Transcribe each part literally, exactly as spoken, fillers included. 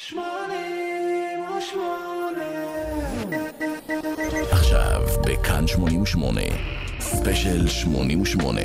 עכשיו בכאן שמונים ושמונה, ספיישל שמונים ושמונה.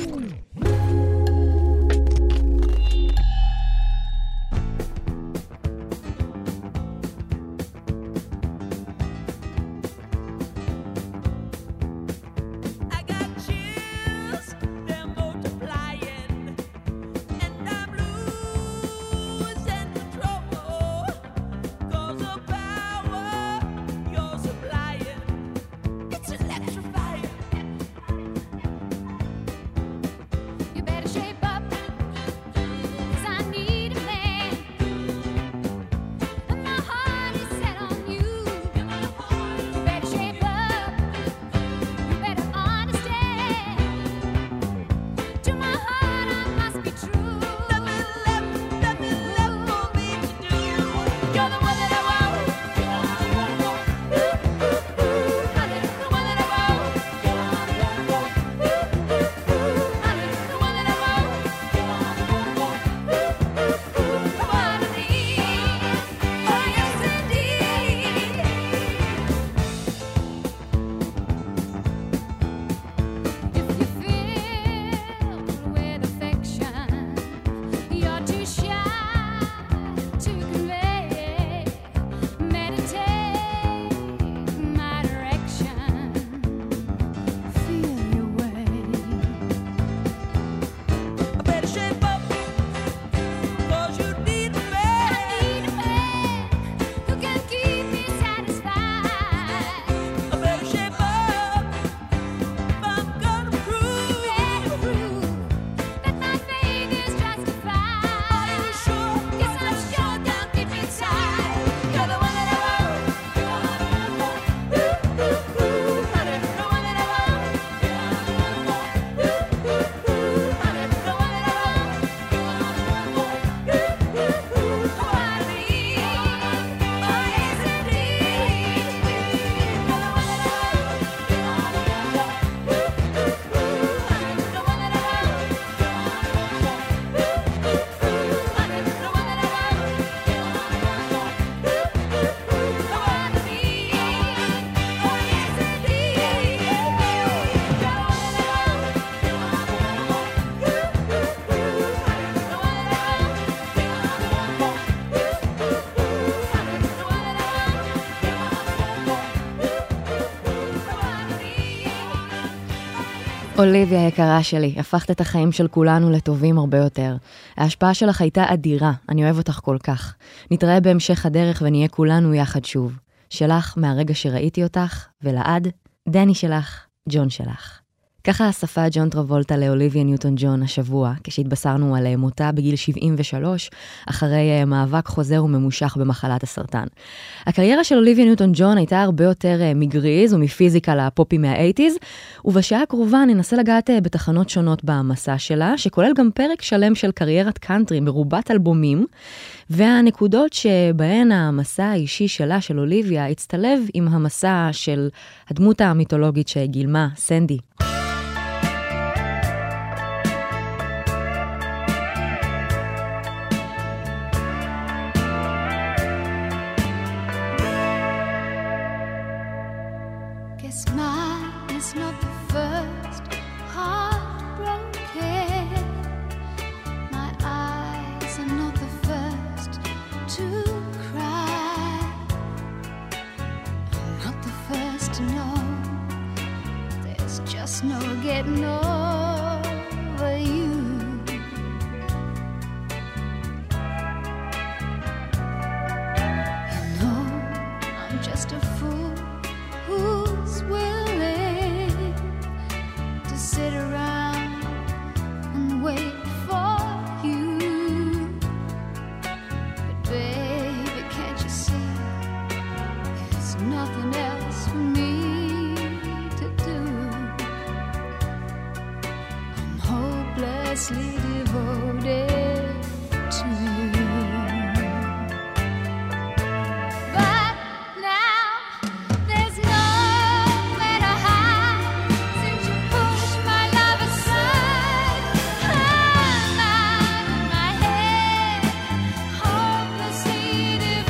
אוליביה יקרה שלי, הפכת את החיים של כולנו לטובים הרבה יותר. ההשפעה שלך הייתה אדירה, אני אוהב אותך כל כך. נתראה בהמשך הדרך ונהיה כולנו יחד שוב. שלך מהרגע שראיתי אותך, ולעד, דני שלך, ג'ון שלך. ככה אספה ג'ון טרבולטה לאוליביה ניוטון ג'ון השבוע, כשהתבשרנו על מותה בגיל שבעים ושלוש, אחרי מאבק חוזר וממושך במחלת הסרטן. הקריירה של אוליביה ניוטון ג'ון הייתה הרבה יותר מגריז ומפיזיקה לפופי מה-שמונים, ובשעה הקרובה ננסה לגעת בתחנות שונות במסע שלה, שכולל גם פרק שלם של קריירת קאנטרי מרובת אלבומים, והנקודות שבהן המסע האישי שלה, של אוליביה, הצטלב עם המסע של הדמות המיתולוגית שגילמה, סנדי. Devoted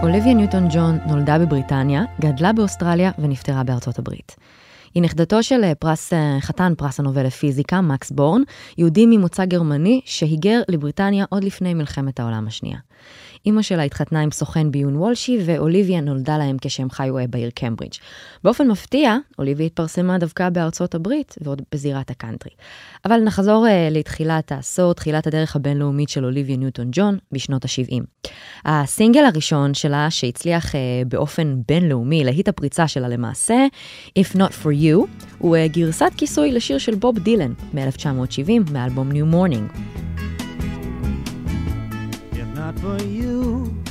אוליביה ניוטון ג'ון נולדה בבריטניה, גדלה באוסטרליה ונפטרה בארצות הברית. היא נכדתו של פרס, חתן פרס הנובל לפיזיקה, מקס בורן, יהודי ממוצא גרמני שהיגר לבריטניה עוד לפני מלחמת העולם השנייה. אמא שלה התחתנה עם סוכן ביון וולשי, ואוליביה נולדה להם כשהם חיו בעיר קמברידג'. באופן מפתיע, אוליביה התפרסמה דווקא בארצות הברית, ועוד בזירת הקאנטרי. אבל נחזור uh, לתחילת העשור, תחילת הדרך הבינלאומית של אוליביה ניוטון ג'ון בשנות ה-שבעים. הסינגל הראשון שלה, שהצליח uh, באופן בינלאומי, להיט הפריצה שלה למעשה, If Not For You, הוא uh, גרסת כיסוי לשיר של בוב דילן, מ-אלף תשע מאות שבעים, מאלבום New Morning. Not for you,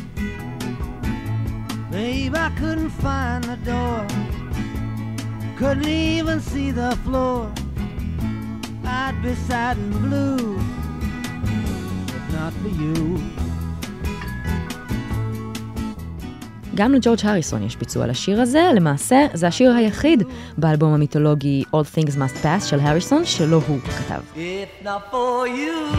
babe, I couldn't find the door, couldn't even see the floor, I'd be sad and blue, if not for you. גם לג'ורג' הריסון יש ביצוע לשיר הזה, למעשה זה השיר היחיד באלבום המיתולוגי All Things Must Pass של הריסון שלא הוא כתב. If not for you,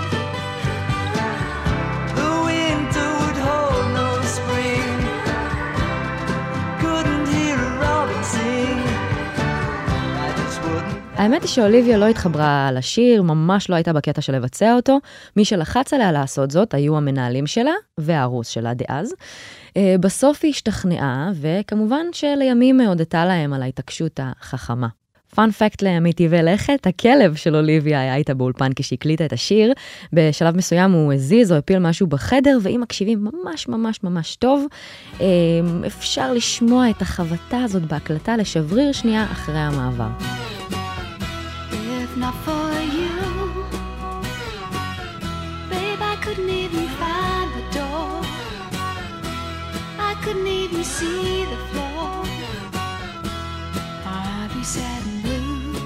האמת היא שאוליביה לא התחברה לשיר, ממש לא הייתה בקטע של לבצע אותו. מי שלחץ עליה לעשות זאת היו המנהלים שלה והערוץ שלה דאז. בסוף היא השתכנעה, וכמובן שלימים הודתה להם על ההתעקשות החכמה. פאנ פקט למיטיבי לכת, הכלב של אוליביה היה איתה באולפן כשהקליטה את השיר. בשלב מסוים הוא הזיז או הפיל משהו בחדר, ואם מקשיבים ממש ממש ממש טוב, אפשר לשמוע את החבטה הזאת בהקלטה לשבריר שנייה אחרי המעבר. Not for you, babe, I couldn't even find the door, I couldn't even see the floor, I'd be sad and blue,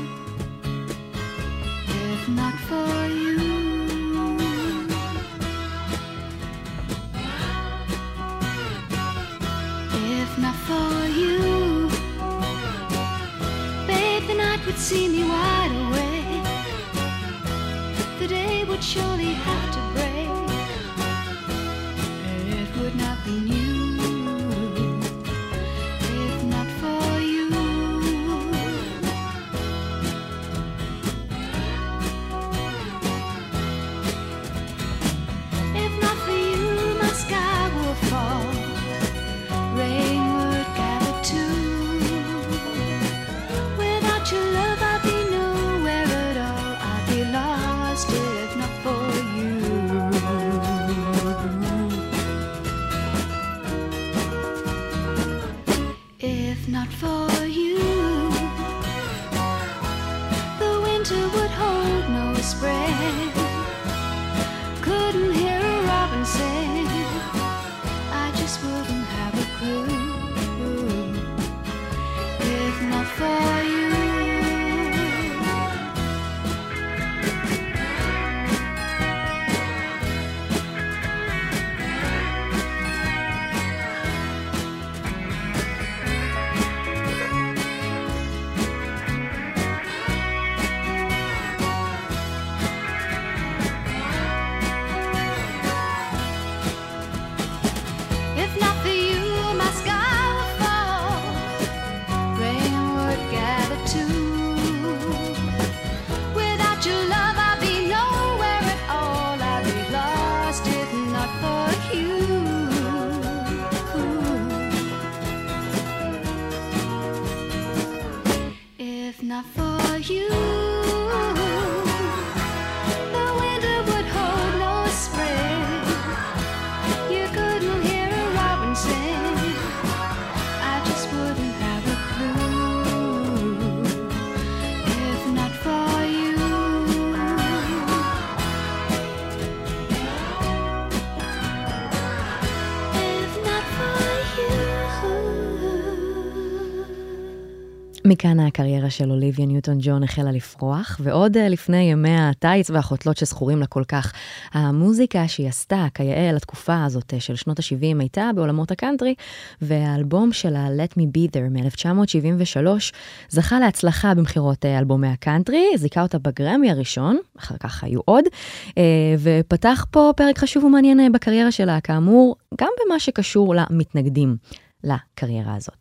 if not for you. If not for you, babe, the night would see me wide awake, the day would surely have to break, it would not be new, if not for you. If not for you, my sky will fall, rain would gather too, without your love I'd be nowhere at all, I'd be lost if not for you. If not for you, the winter would hold no spring, couldn't hear a robin sing, I just wouldn't have a clue. If not for you. If not for you, my sky would fall, rain would gather too, without your love I'd be nowhere at all, I'd be lost if not for you. If not for you, the winter would hold no spring, you couldn't hear a robin sing, I just wouldn't have a clue. If not for you. If not for you. מכאן הקריירה של אוליביה ניוטון ג'ון החלה לפרוח, ועוד לפני ימי הטייץ והחותלות שזכורים לה כל כך. המוזיקה שהיא עשתה כיאה לתקופה הזאת של שנות ה-שבעים הייתה בעולמות הקאנטרי, והאלבום שלה Let Me Be There מ-אלף תשע מאות שבעים ושלוש זכה להצלחה במחירות אלבומי הקאנטרי, זיקה אותה בגרמי הראשון, אחר כך היו עוד, ופתח פה פרק חשוב ומעניין בקריירה שלה, כאמור, גם במה שקשור למתנגדים לקריירה הזאת.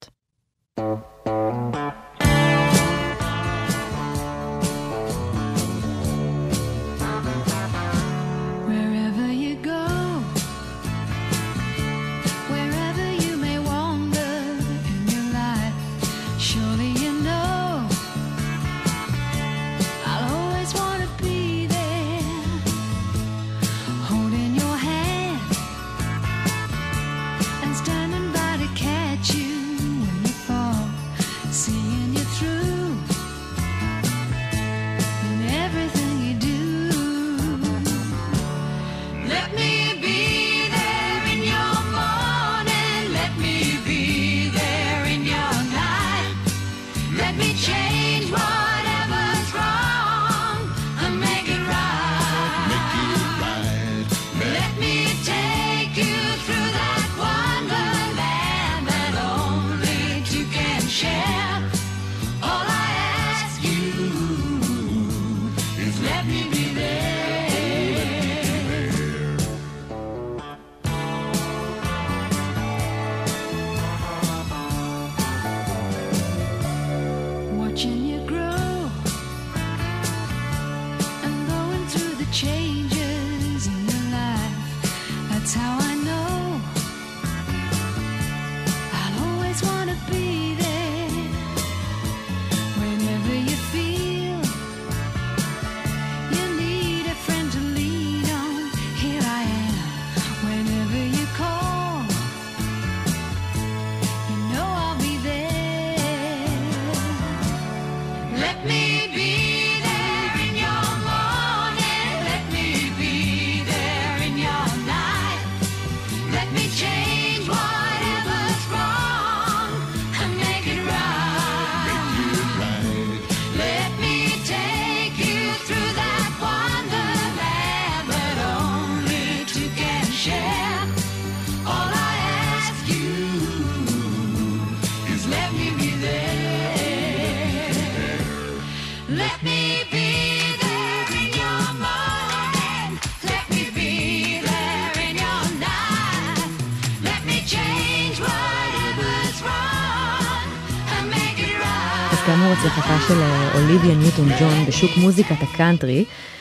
כאמור, הצלחתה של אוליביה ניוטון ג'ון בשוק מוזיקת הקאנטרי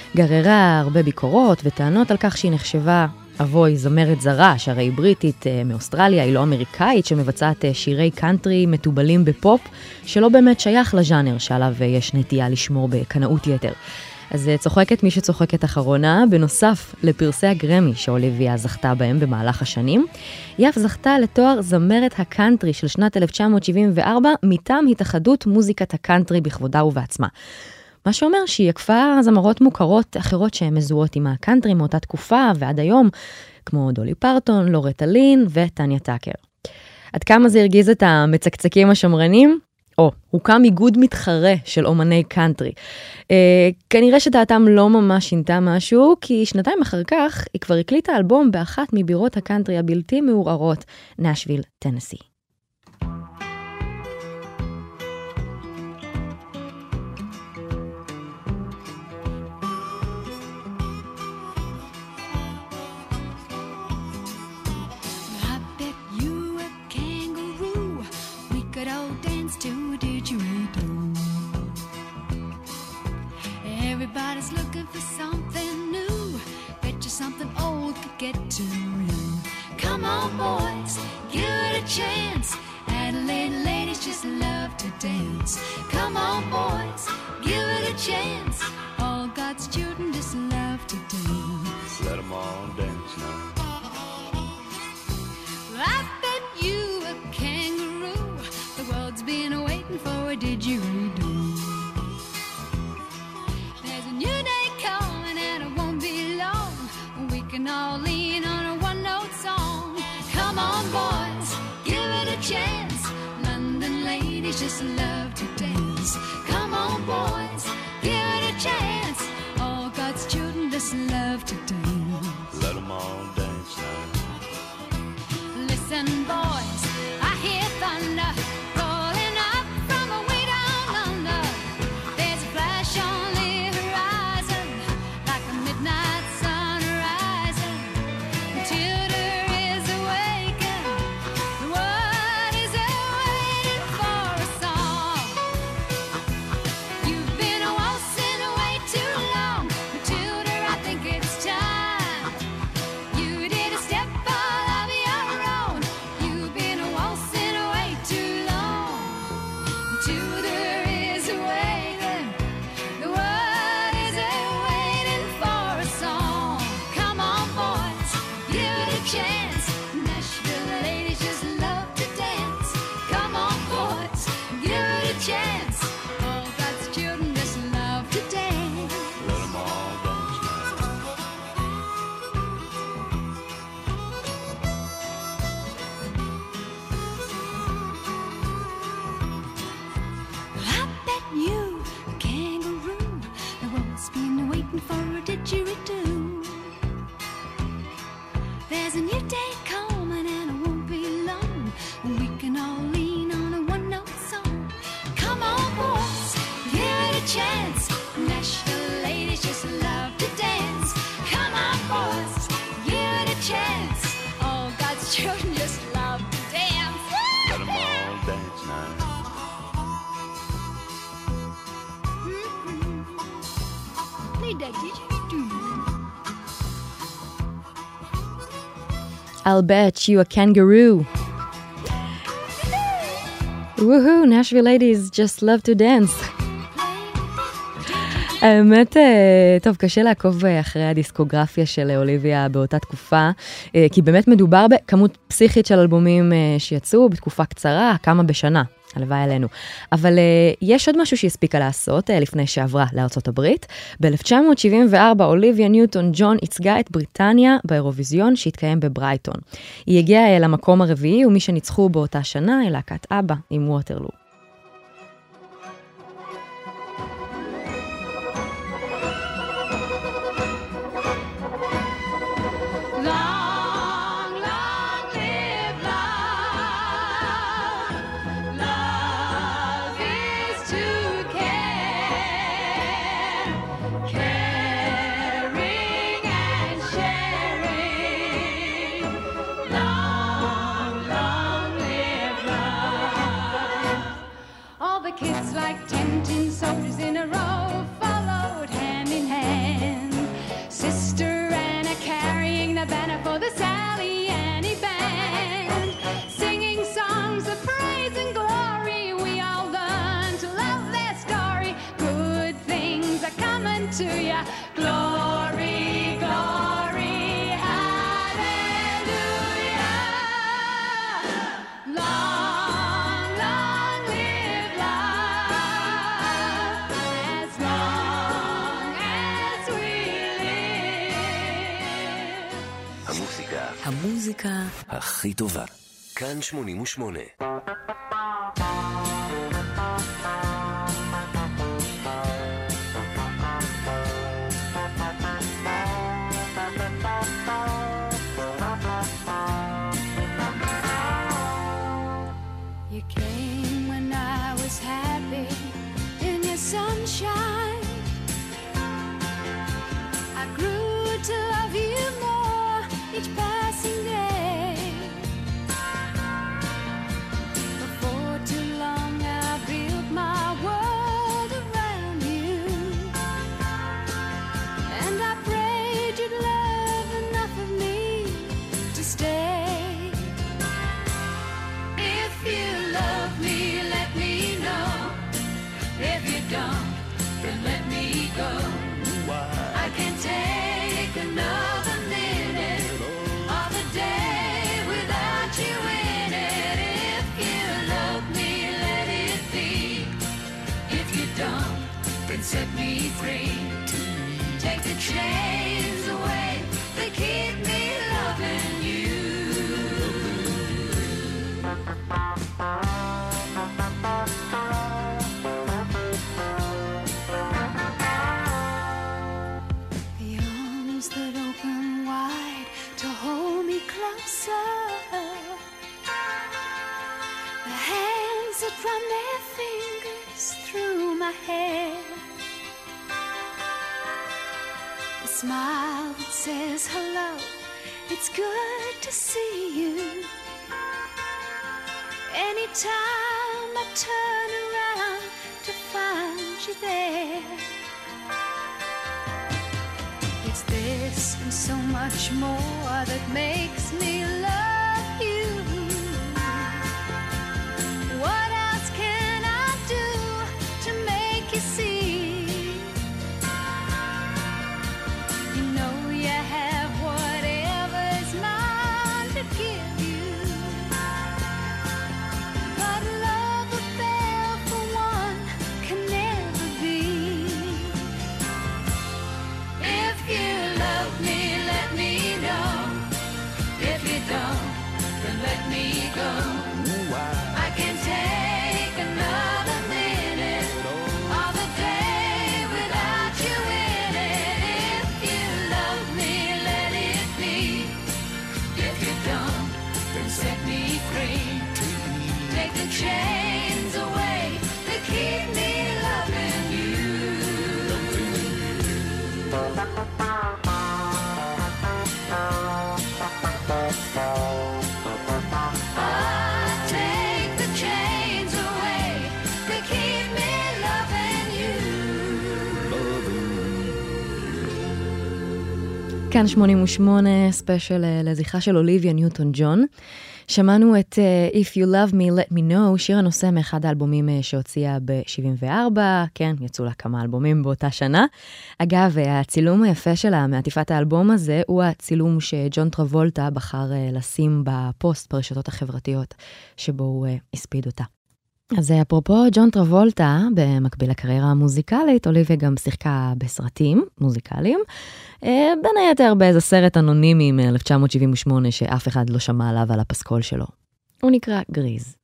גררה הרבה ביקורות וטענות על כך שהיא נחשבה אבוי זמרת זרה, שהרי היא בריטית מאוסטרליה, היא לא אמריקאית, שמבצעת שירי קאנטרי מטובלים בפופ, שלא באמת שייך לז'אנר שעליו יש נטייה לשמור בקנאות יתר. אז צוחקת מי שצוחקת אחרונה, בנוסף לפרסי הגרמי שאוליביה זכתה בהם במהלך השנים, היא אף זכתה לתואר זמרת הקאנטרי של שנת אלף תשע מאות שבעים וארבע מטעם התאחדות מוזיקת הקאנטרי בכבודה ובעצמה. מה שאומר שהיא עקפה זמרות מוכרות אחרות שהן מזוהות עם הקאנטרי מאותה תקופה ועד היום, כמו דולי פרטון, לורטה לין וטניה טאקר. עד כמה זה הרגיז את המצקצקים השמרנים? או, הוקם איגוד מתחרה של אומני קאנטרי. אה, כנראה שדעתם לא ממש שינתה משהו, כי שנתיים אחר כך היא כבר הקליטה אלבום באחת מבירות הקאנטרי הבלתי מעורערות, נשוויל, טנסי. Everybody's looking for something new. Bet you something old could get to you. Come on, boys, give it a chance. Adelaide ladies just love to dance. Come on, boys, give it a chance. All God's children just love to dance. Let them all dance now. I bet you a kangaroo. The world's been waiting for a didgeridoo. New day coming and it won't be long. We can all lean on a one-note song. Come on, boys, give it a chance. London ladies ladies just love to dance. Come on, boys, give it a chance. All God's children just love to dance. Let them all dance now. Listen, boys, I hear thunder rolling up from way down under. There's a flash on the horizon, like a midnight sun rising. Matilda is awakened, the world is waiting for a song. You've been waltzing way too long, Matilda, I think it's time. You did a step all of your own. You've been waltzing way too long. Matilda is waiting. The world is waiting for a song. Come on, boys, give it a chance. Nashville ladies just love to dance. Come on, boys, give it a chance. All God's children just love to dance. Let them all dance now. I bet you, a kangaroo, the world's been waiting for a didgeridoo. There's a new day coming and it won't be long. We can all lean on a one-note song. Come on, boys, give it a chance. Nashville ladies just love to dance. Come on, boys, give it a chance. All God's children just love to dance. Let them all dance now. Play that didgeridoo. I'll bet you a kangaroo. Woohoo, Nashville ladies just love to dance. האמת, טוב, קשה לעקוב אחרי הדיסקוגרפיה של אוליביה באותה תקופה, כי באמת מדובר בכמות פסיכית של אלבומים שיצאו בתקופה קצרה, כמה בשנה, הלוואי עלינו. אבל יש עוד משהו שהספיקה לעשות לפני שעברה לארצות הברית. ב-אלף תשע מאות שבעים וארבע אוליביה ניוטון ג'ון ייצגה את בריטניה באירוויזיון שהתקיים בברייטון. היא הגיעה למקום הרביעי, ומי שניצחו באותה שנה היא להקת אבא עם ווטרלו. Long, long live love. Love is to care, caring and sharing. Long, long live love. All the kids like ten tin soldiers in a row followed hand in hand. Sister Anna carrying the banner for the Sally Annie Band, singing songs of praise and glory. We all learn to love their story. Good things are coming to ya. Glory, glory, hallelujah. Long, long live love, as long as we live. המוזיקה המוזיקה הכי טובה. כאן שמונים ושמונה. You came when I was happy in your sunshine. I grew to love you more each passing day. run their fingers through my hair. A smile that says hello, it's good to see you. Anytime I turn around to find you there. It's this and so much more that makes me love you. What else can I do to make you see? You know you have whatever's mine to give you. But love affair for one can never be. If you love me, let me know. If you don't, then let me go. I can take another minute of the day without you in it. If you love me, let it be. If you don't, then set me free. Take the chains away that keep me loving you. Ah, take the chains away that keep me loving you. כאן שמונים ושמונה, ספיישל אה, לזכרה של אוליביה ניוטון ג'ון. שמענו את אה, If You Love Me Let Me Know, שיר הנושא מאחד האלבומים אה, שהוציאה ב-שבעים וארבע, כן, יצאו לה כמה אלבומים באותה שנה. אגב, אה, הצילום היפה שלה מעטיפת האלבום הזה, הוא הצילום שג'ון טרבולטה בחר אה, לשים בפוסט ברשתות החברתיות, שבו הוא אה, הספיד אותה. אז אה, אפרופו ג'ון טרבולטה, במקביל לקריירה המוזיקלית, אוליביה גם שיחקה בסרטים מוזיקליים, אה, בין היתר באיזה סרט אנונימי מ-אלף תשע מאות שבעים ושמונה שאף אחד לא שמע עליו על הפסקול שלו. הוא נקרא גריז.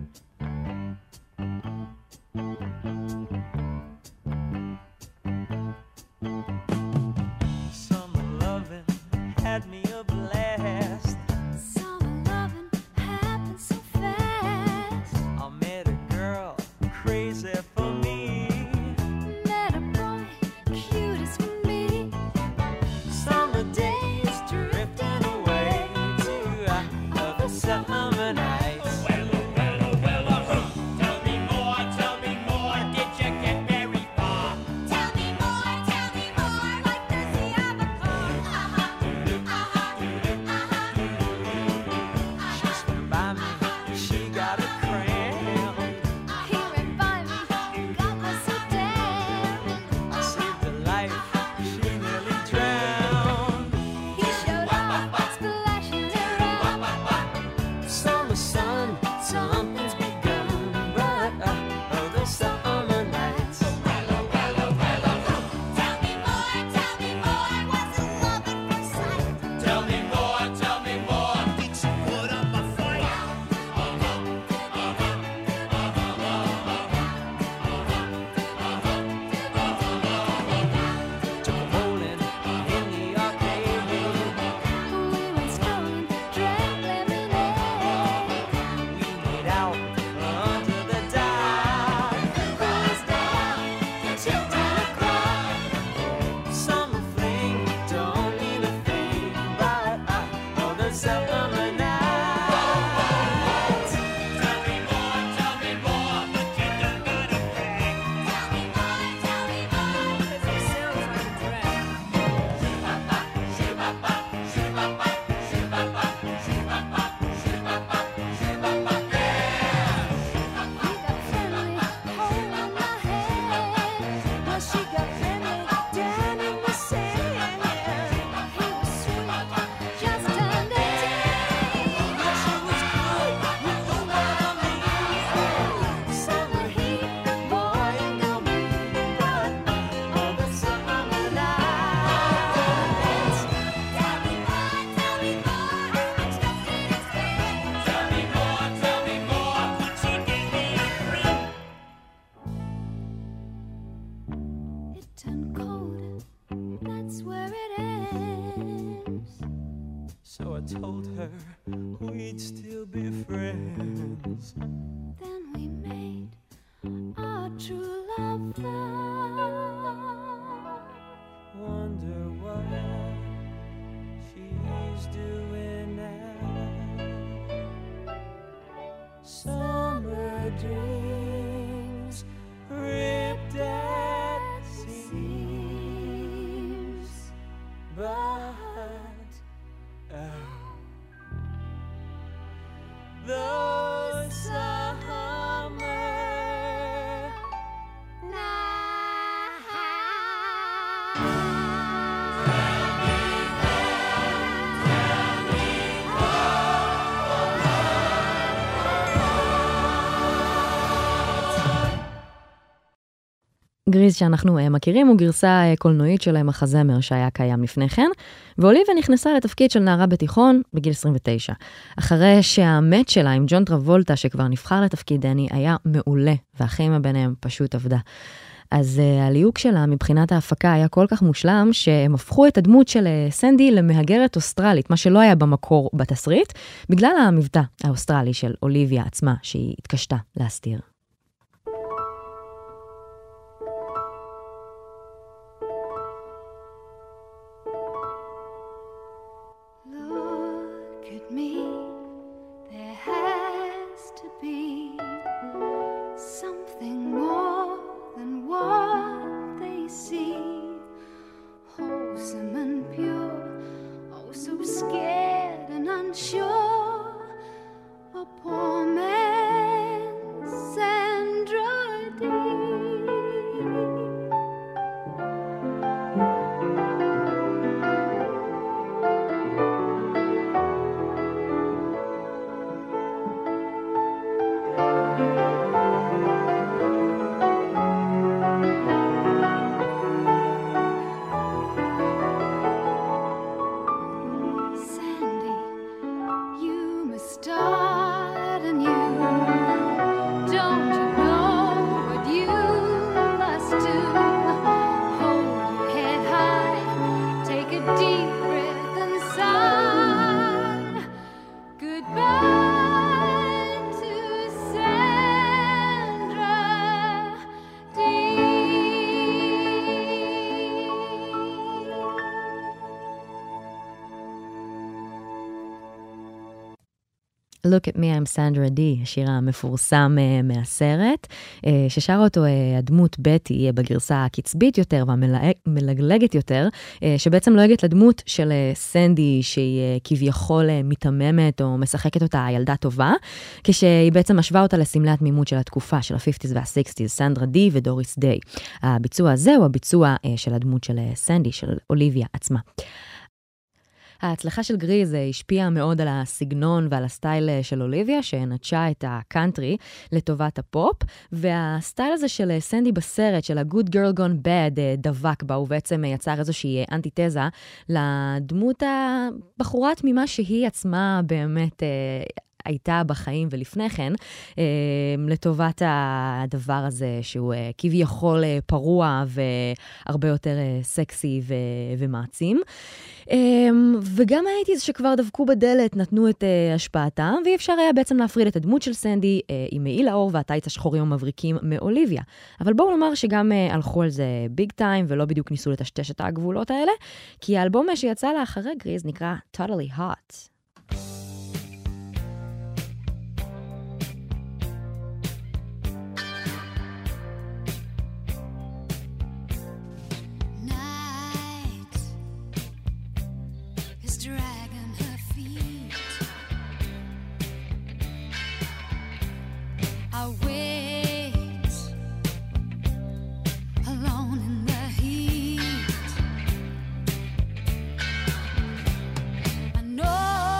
Summer loving had me a blast. Summer loving happened so fast. I met a girl crazy for me. Met a boy cute as can be. Summer days drifting away to uh, other summer nights. Tell me more, tell me more, did you get very far? Tell me more, tell me more, like does he have a car? Uh-huh, uh-huh, uh-huh. She stood by me, she got a cramp. He ran by me, got me so damn. I saved her life, she nearly drowned. He showed up, splashing around. Summer sun, something's begun, but uh, other summer nights. Tell me more, tell me more, was it love at first sight? Tell me more, tell me more, did you put up a fight? Took a bowling in the arcade. We went strolling, drank lemonade. We made out under the dark. Cruised down till ten o'clock. Summer fling don't mean a thing, but uh, other summer nights. Tell me more, tell me more, but you don't gotta brag. Tell me more, tell me more, 'cause your silver thread. He got friendly, holding my hand. Well, she got friendly, down in the sand. He was sweet, just turned eighteen. She was good, you know what I mean. Summer heat, boy, ain't gonna be but other summer nights. Tell me more, tell me more, I'm stuck in his head. Tell me more, tell me more, would you give me a ring? It turned cold, that's where it ends. So I told her we'd still be friends. Then we made our true love vow. Wonder what she's doing now. Summer dreams ripped at seams, but oh, those summer גריז שאנחנו uh, מכירים הוא גרסה uh, קולנועית של המחזמר שהיה קיים לפני כן, ואוליביה נכנסה לתפקיד של נערה בתיכון בגיל עשרים ותשע. אחרי שהמט שלה עם ג'ון טרבולטה שכבר נבחר לתפקיד דני היה מעולה, והכימיה ביניהם פשוט עבדה. אז uh, הליהוק שלה מבחינת ההפקה היה כל כך מושלם שהם הפכו את הדמות של uh, סנדי למהגרת אוסטרלית, מה שלא היה במקור בתסריט, בגלל המבטא האוסטרלי של אוליביה עצמה שהיא התקשתה להסתיר. Look at me, there has to be something more than what they see. Wholesome and pure, oh so scared and unsure. A poor man's Sandra Dee. Sandy, you must start anew. Don't you know what you must do? Hold your head high, take a deep breath and sigh. Goodbye to Sandra Dee. Look at me, I'm Sandra Dee, השיר המפורסם uh, מהסרט, uh, ששר אותו uh, הדמות בטי uh, בגרסה הקצבית יותר והמלגלגת יותר, uh, שבעצם לועגת לדמות של uh, סנדי שהיא uh, כביכול uh, מתממת או משחקת אותה ילדה טובה, כשהיא בעצם משווה אותה לסמלי התמימות של התקופה של ה-חמישים וה-שישים, סנדרה די ודוריס דיי. הביצוע הזה הוא הביצוע uh, של הדמות של uh, סנדי, של אוליביה עצמה. ההצלחה של גריז השפיעה מאוד על הסגנון ועל הסטייל של אוליביה, שנטשה את הקאנטרי לטובת הפופ, והסטייל הזה של סנדי בסרט, של ה-Good Girl Gone Bad, דבק בה, הוא בעצם יצר איזושהי אנטיתזה לדמות הבחורה תמימה שהיא עצמה באמת הייתה בחיים ולפני כן, לטובת הדבר הזה שהוא כביכול פרוע והרבה יותר סקסי ומעצים. וגם האייטיז שכבר דבקו בדלת נתנו את השפעתם, ואי אפשר היה בעצם להפריד את הדמות של סנדי עם מעיל האור והטייץ השחורים המבריקים מאוליביה. אבל בואו נאמר שגם הלכו על זה ביג טיים ולא בדיוק ניסו לטשטש את הגבולות האלה, כי האלבום שיצא לאחרי גריז נקרא Totally Hot. Dragging her feet, I wait alone in the heat. I know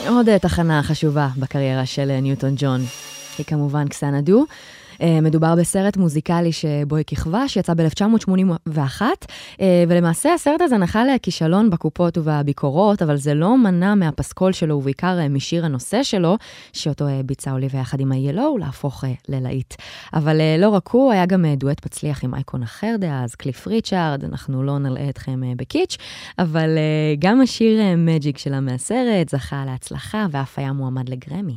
עוד תחנה חשובה בקריירה של ניוטון ג'ון, היא כמובן קסנדו. מדובר בסרט מוזיקלי שבו היא כיכבה, שיצא ב-אלף תשע מאות שמונים ואחת, ולמעשה הסרט הזה נחל לכישלון בקופות ובביקורות, אבל זה לא מנע מהפסקול שלו, ובעיקר משיר הנושא שלו, שאותו ביצע אוליביה יחד עם ה-Yellow, להפוך ללהיט. אבל לא רק הוא, היה גם דואט מצליח עם אייקון אחר דאז, קליף ריצ'ארד, אנחנו לא נלאה אתכם בקיץ', אבל גם השיר מג'יק שלה מהסרט זכה להצלחה, ואף היה מועמד לגרמי.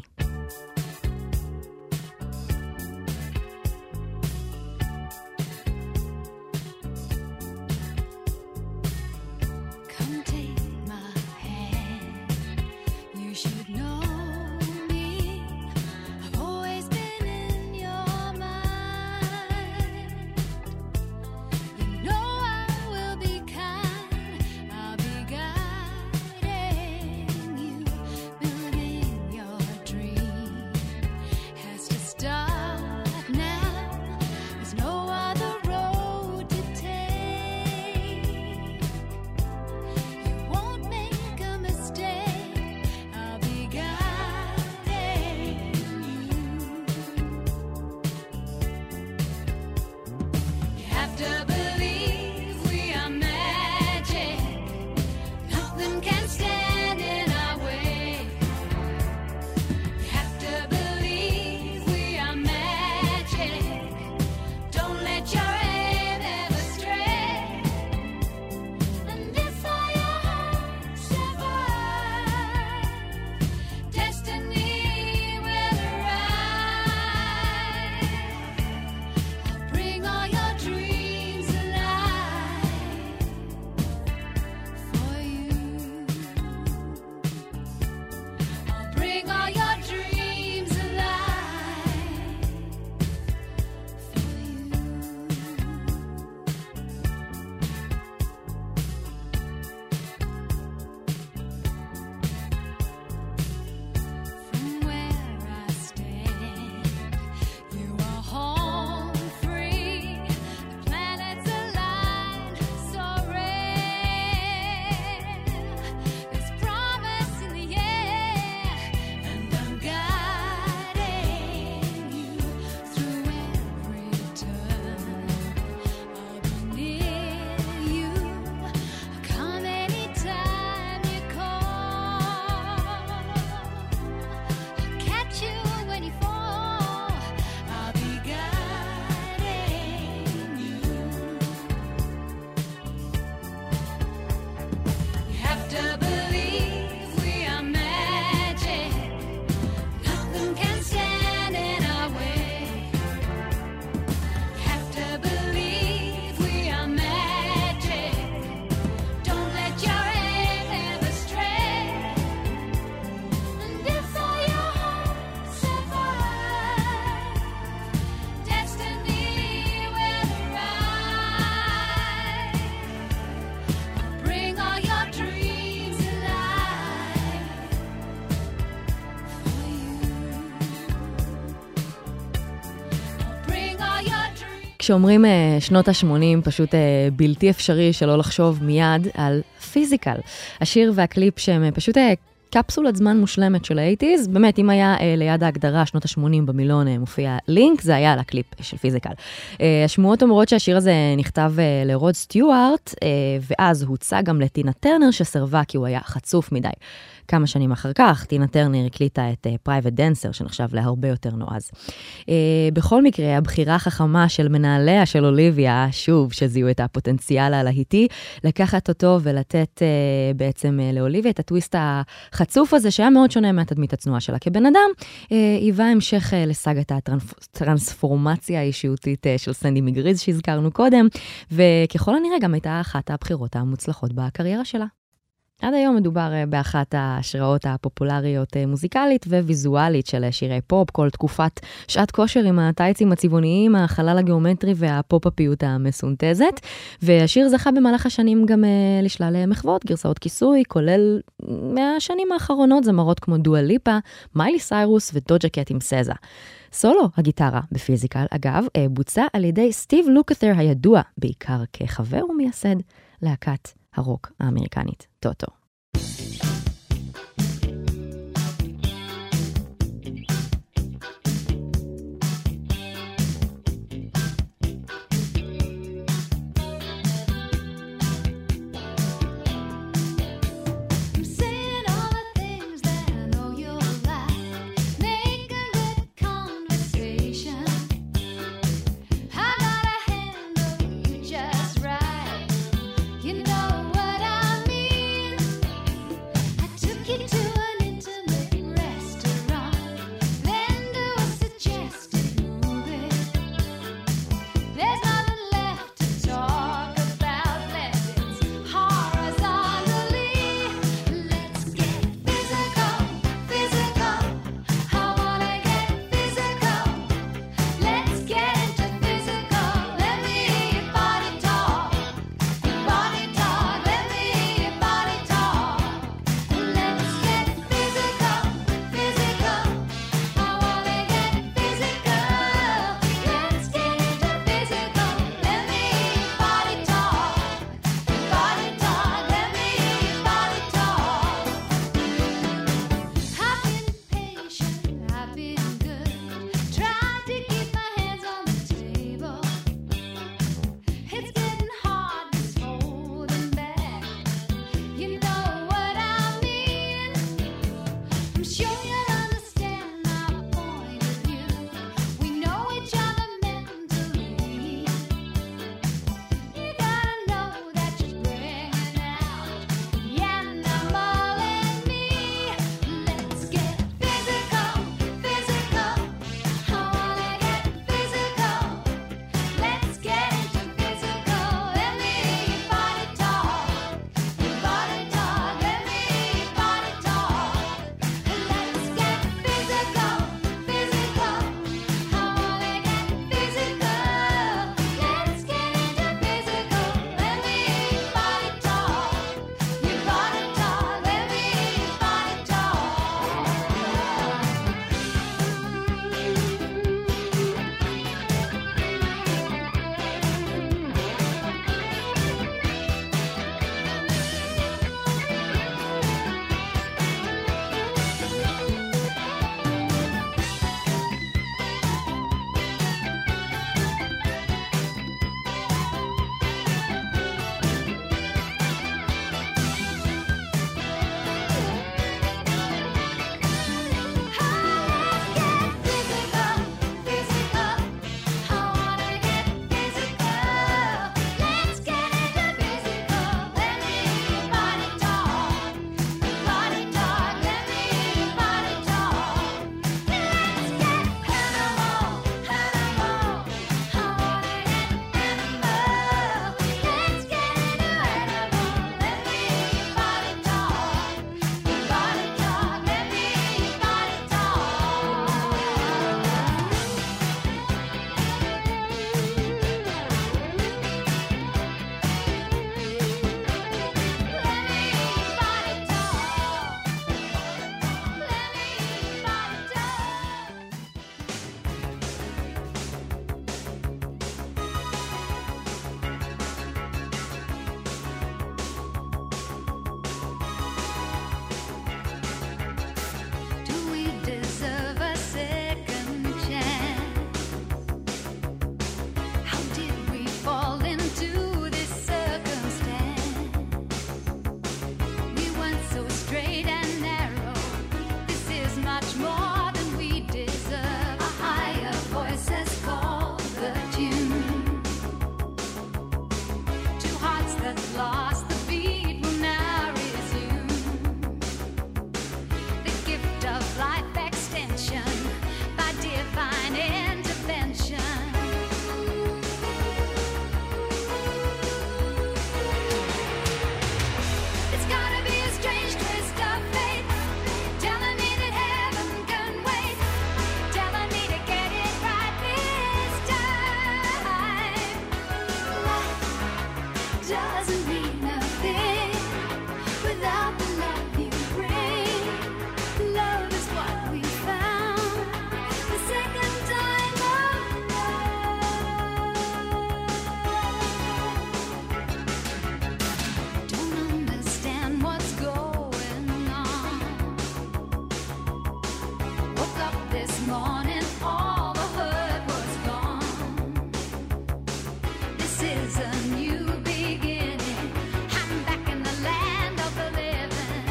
כשאומרים שנות ה-שמונים, פשוט בלתי אפשרי שלא לחשוב מיד על פיזיקל. השיר והקליפ שהם פשוט קפסולת זמן מושלמת של ה-שמונים, באמת, אם היה ליד ההגדרה שנות ה-שמונים במילון מופיע לינק, זה היה על הקליפ של פיזיקל. השמועות אומרות שהשיר הזה נכתב לרוד סטיוארט, ואז הוצא גם לטינה טרנר שסרבה כי הוא היה חצוף מדי. כמה שנים אחר כך, טינה טרנר הקליטה את פרייבט דנסר, שנחשב להרבה יותר נועז. בכל מקרה, הבחירה החכמה של מנהליה של אוליביה, שוב, שזיהו את הפוטנציאל הלהיטי, לקחת אותו ולתת בעצם לאוליביה את הטוויסט החצוף הזה, שהיה מאוד שונה מהתדמית הצנועה שלה כבן אדם, היווה המשך לסגת הטרנספורמציה האישיותית של סנדי מגריז שהזכרנו קודם, וככל הנראה גם הייתה אחת הבחירות המוצלחות בקריירה שלה. עד היום מדובר באחת ההשראות הפופולריות מוזיקלית וויזואלית של שירי פופ, כל תקופת שעת כושר עם הטייצים הצבעוניים, החלל הגיאומטרי והפופ-אפיות המסונטזת, והשיר זכה במהלך השנים גם לשלל מחוות, גרסאות כיסוי, כולל מהשנים האחרונות זמרות כמו דואה ליפה, מיילי סיירוס ודוג'ה קט עם סזה. סולו הגיטרה בפיזיקל, אגב, בוצע על ידי סטיב לוקת'ר הידוע, בעיקר כחבר ומייסד להקת הרוק האמריקנית, טוטו. doesn't mean nothing without the love you bring. Love is what we found the second time around. Don't understand what's going on. Woke up this morning, all the hurt was gone. This is a new beginning. I'm back in the land of the living.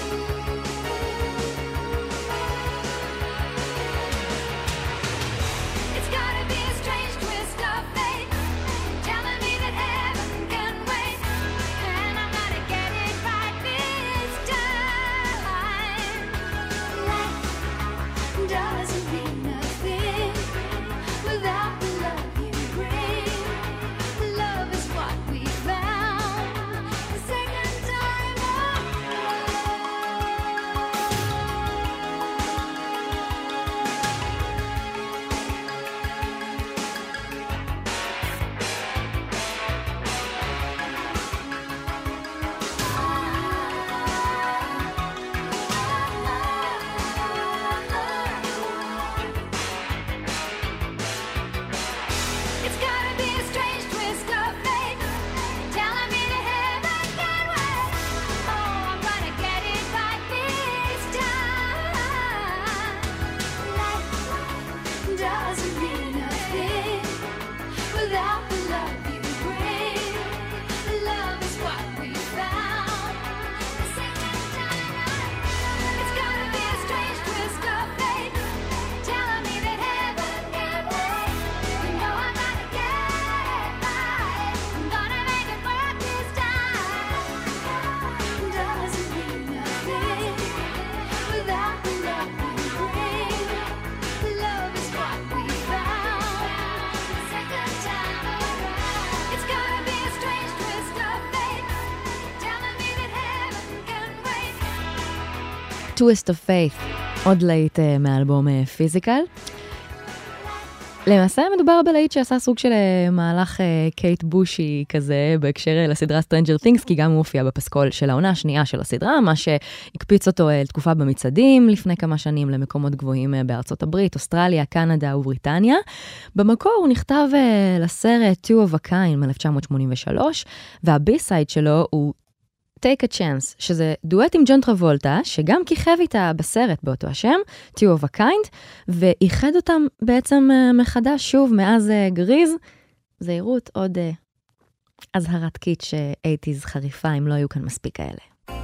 It's gotta be a strange twist of fate, telling me that heaven can wait, and I'm gonna get it right this time. Life doesn't mean nothing without the love you bring. Love is what we found the second time around. It's gotta be a strange twist of fate, telling me that heaven can wait. Oh, I'm gonna get it right this time. Life doesn't mean nothing without the love you bring. Love is what we found the second time around. It's gotta be a strange twist of fate, telling me that heaven can wait. You know I'm gonna get it right. I'm gonna make it work this time. Doesn't mean nothing without the love you bring. Love is what we found the second time around. It's gotta be a strange twist of fate, telling me that heaven can wait. Twist of Faith, עוד להיט אה, מאלבום אה, פיזיקל. למעשה מדובר בלהיט שעשה סוג של אה, מהלך אה, קייט בושי כזה בהקשר אה, לסדרה Stranger Things, כי גם הוא הופיע בפסקול של העונה השנייה של הסדרה, מה שהקפיץ אותו אה, לתקופה במצעדים לפני כמה שנים למקומות גבוהים אה, בארצות הברית, אוסטרליה, קנדה ובריטניה. במקור הוא נכתב אה, לסרט Two of a Kind מ-אלף תשע מאות שמונים ושלוש, והבי-סייד שלו הוא Take a Chance, שזה דואט עם ג'ון טרבולטה, שגם כיכב איתה בסרט באותו השם, Two of a Kind, ואיחד אותם בעצם אה, מחדש שוב מאז אה, גריז. זהירות, עוד אה, אזהרת קיץ' שמונים חריפה, אם לא היו כאן מספיק כאלה.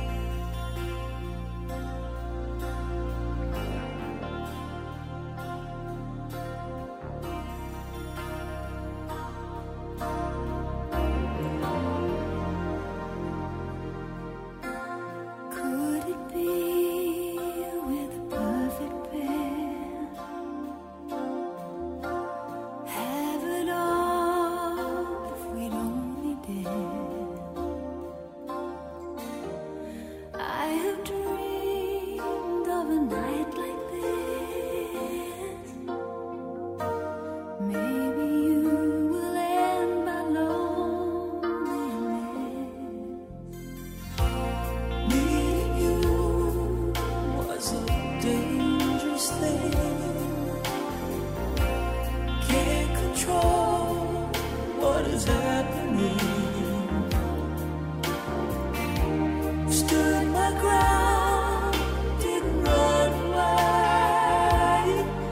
Could it be we're the perfect pair? Have it all if we'd only dare. I have dreamed of a night like this. Maybe you will end my loneliness. Needing you was a dangerous thing. Can't control what is happening. Stood my ground, didn't run away.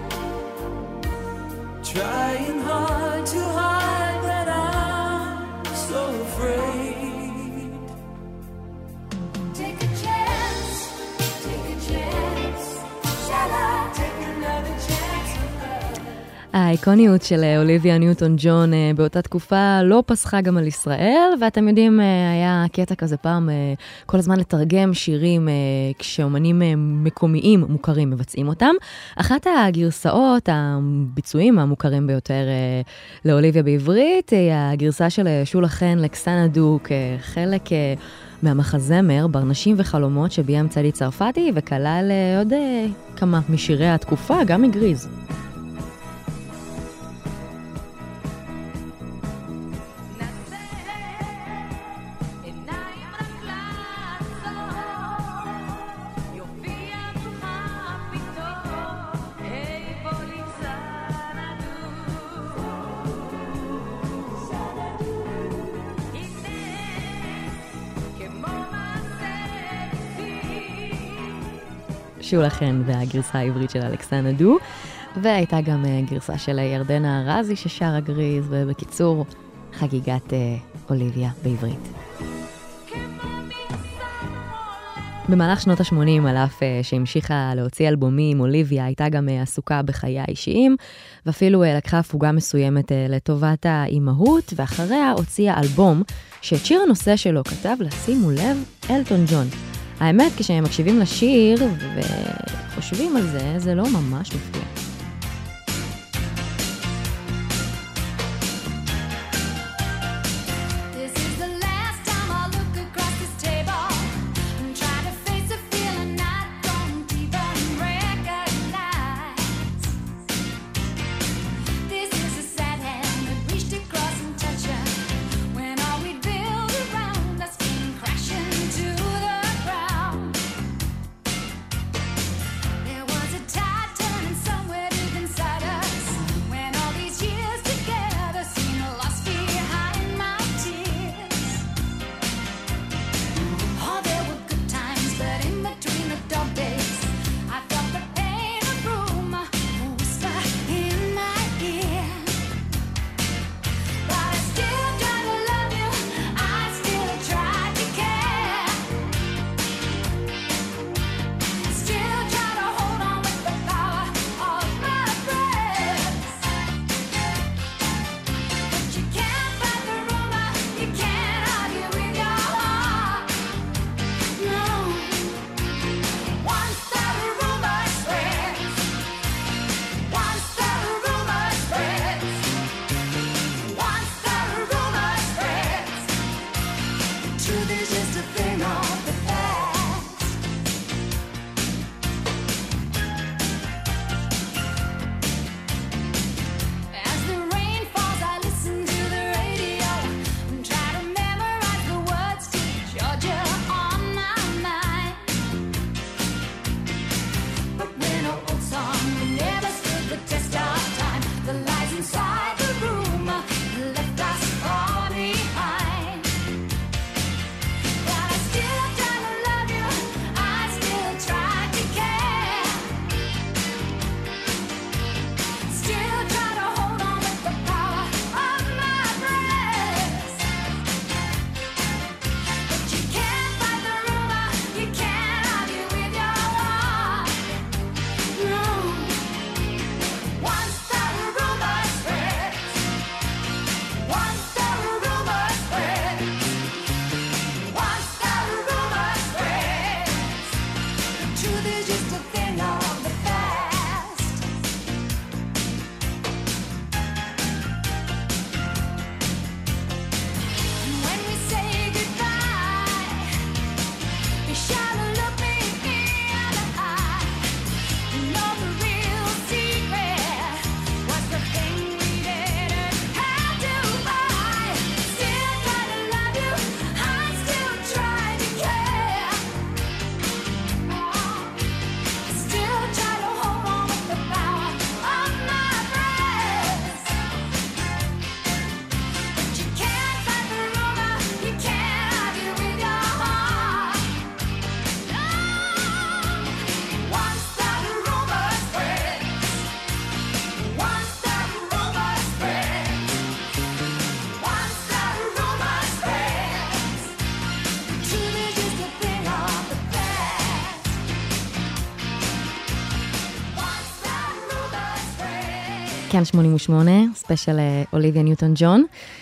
Trying hard to hide that I'm so afraid. Take a chance, take a chance. Shall I take another chance with her? האיקוניות של אה, אוליביה ניוטון ג'ון אה, באותה תקופה לא פסחה גם על ישראל, ואתם יודעים, אה, היה קטע כזה פעם אה, כל הזמן לתרגם שירים אה, כשאומנים אה, מקומיים מוכרים מבצעים אותם. אחת הגרסאות, הביצועים המוכרים ביותר אה, לאוליביה בעברית, היא הגרסה של אה, שולה חן לקסנה דוק, אה, חלק אה, מהמחזמר ברנשים וחלומות שביים צדי צרפתי, וכלל אה, עוד אה, כמה משירי התקופה, גם מגריז. שולה חן והגרסה העברית של אלכסנדרה דו, והייתה גם גרסה של ירדנה ארזי ששרה גריז, ובקיצור, חגיגת אוליביה בעברית. במהלך שנות ה-שמונים, על אף שהמשיכה להוציא אלבומים, אוליביה הייתה גם עסוקה בחיי האישיים, ואפילו לקחה הפוגה מסוימת לטובת האימהות, ואחריה הוציאה אלבום שאת שיר הנושא שלו כתב, לשימו לב, אלטון ג'ון. האמת, כשהם מקשיבים לשיר וחושבים על זה, זה לא ממש מפתיע. כאן שמונים ושמונה, ספיישל אוליביה ניוטון ג'ון.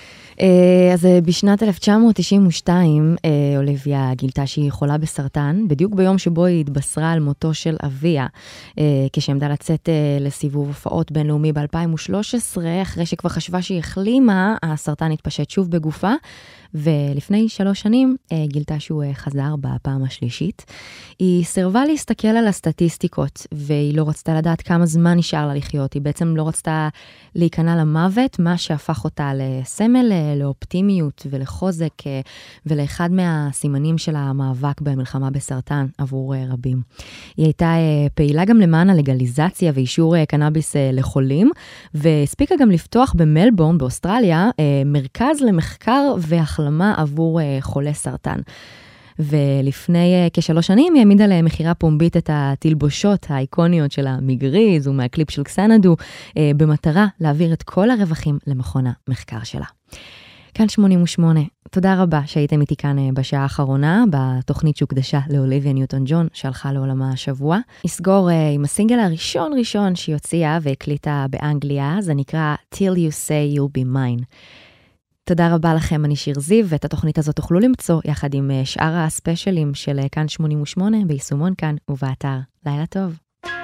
אז בשנת אלף תשע מאות תשעים ושתיים אוליביה גילתה שהיא חולה בסרטן, בדיוק ביום שבו היא התבשרה על מותו של אביה, כשעמדה לצאת לסיבוב הופעות בינלאומי ב-אלפיים ושלוש עשרה, אחרי שכבר חשבה שהיא החלימה, הסרטן התפשט שוב בגופה, ולפני שלוש שנים גילתה שהוא חזר בפעם השלישית. היא סירבה להסתכל על הסטטיסטיקות, והיא לא רצתה לדעת כמה זמן נשאר לה לחיות. היא בעצם לא רצתה להיכנע למוות, מה שהפך אותה לסמל, לאופטימיות ולחוזק, ולאחד מהסימנים של המאבק במלחמה בסרטן עבור רבים. היא הייתה פעילה גם למען הלגליזציה ואישור קנאביס לחולים, והספיקה גם לפתוח במלבורן באוסטרליה מרכז למחקר והחלמה עבור חולי סרטן. ולפני כשלוש שנים היא העמידה למחירה פומבית את התלבושות האיקוניות של המגריז ומהקליפ של קסנדו, במטרה להעביר את כל הרווחים למכון המחקר שלה. כאן שמונים ושמונה, תודה רבה שהייתם איתי כאן בשעה האחרונה, בתוכנית שהוקדשה לאוליביה ניוטון ג'ון, שהלכה לעולמה השבוע. נסגור עם הסינגל הראשון ראשון שהיא הוציאה והקליטה באנגליה, זה נקרא Till You Say You'll Be Mine. תודה רבה לכם, אני שיר זיו, ואת התוכנית הזאת תוכלו למצוא יחד עם שאר הספיישלים של כאן שמונים ושמונה, ביישומון כאן ובאתר. לילה טוב.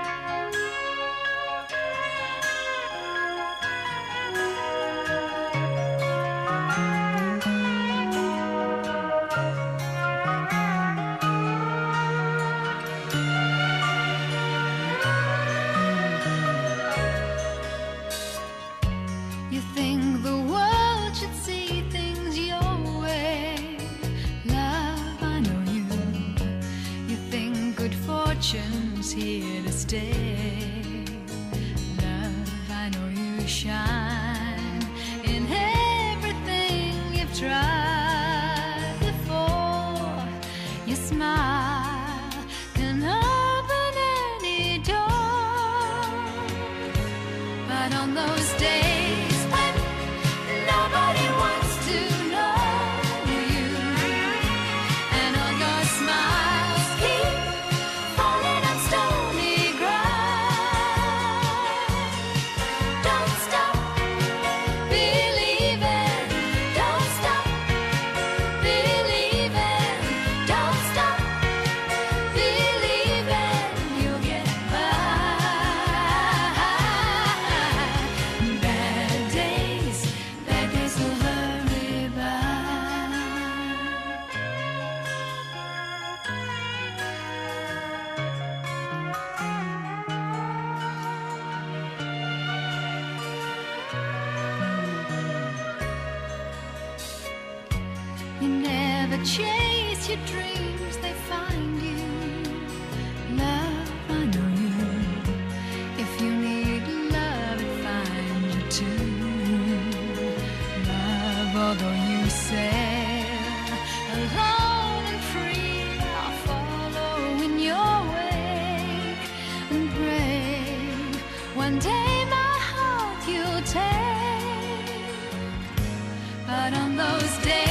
Here to stay, love, I know you shine in everything you've tried before. Your smile can open any door, but on those days when nobody wants to know you, and all your smiles keep falling on stony ground. Don't stop believing. Don't stop believing. Don't stop believing. You'll get by. Bad days, bad days will hurry by. You never chase your dreams, they find you. Love, I know you. If you need love, it finds you too. Love, although you sail alone and free, I'll follow in your wake and pray one day my heart you'll take. But on those days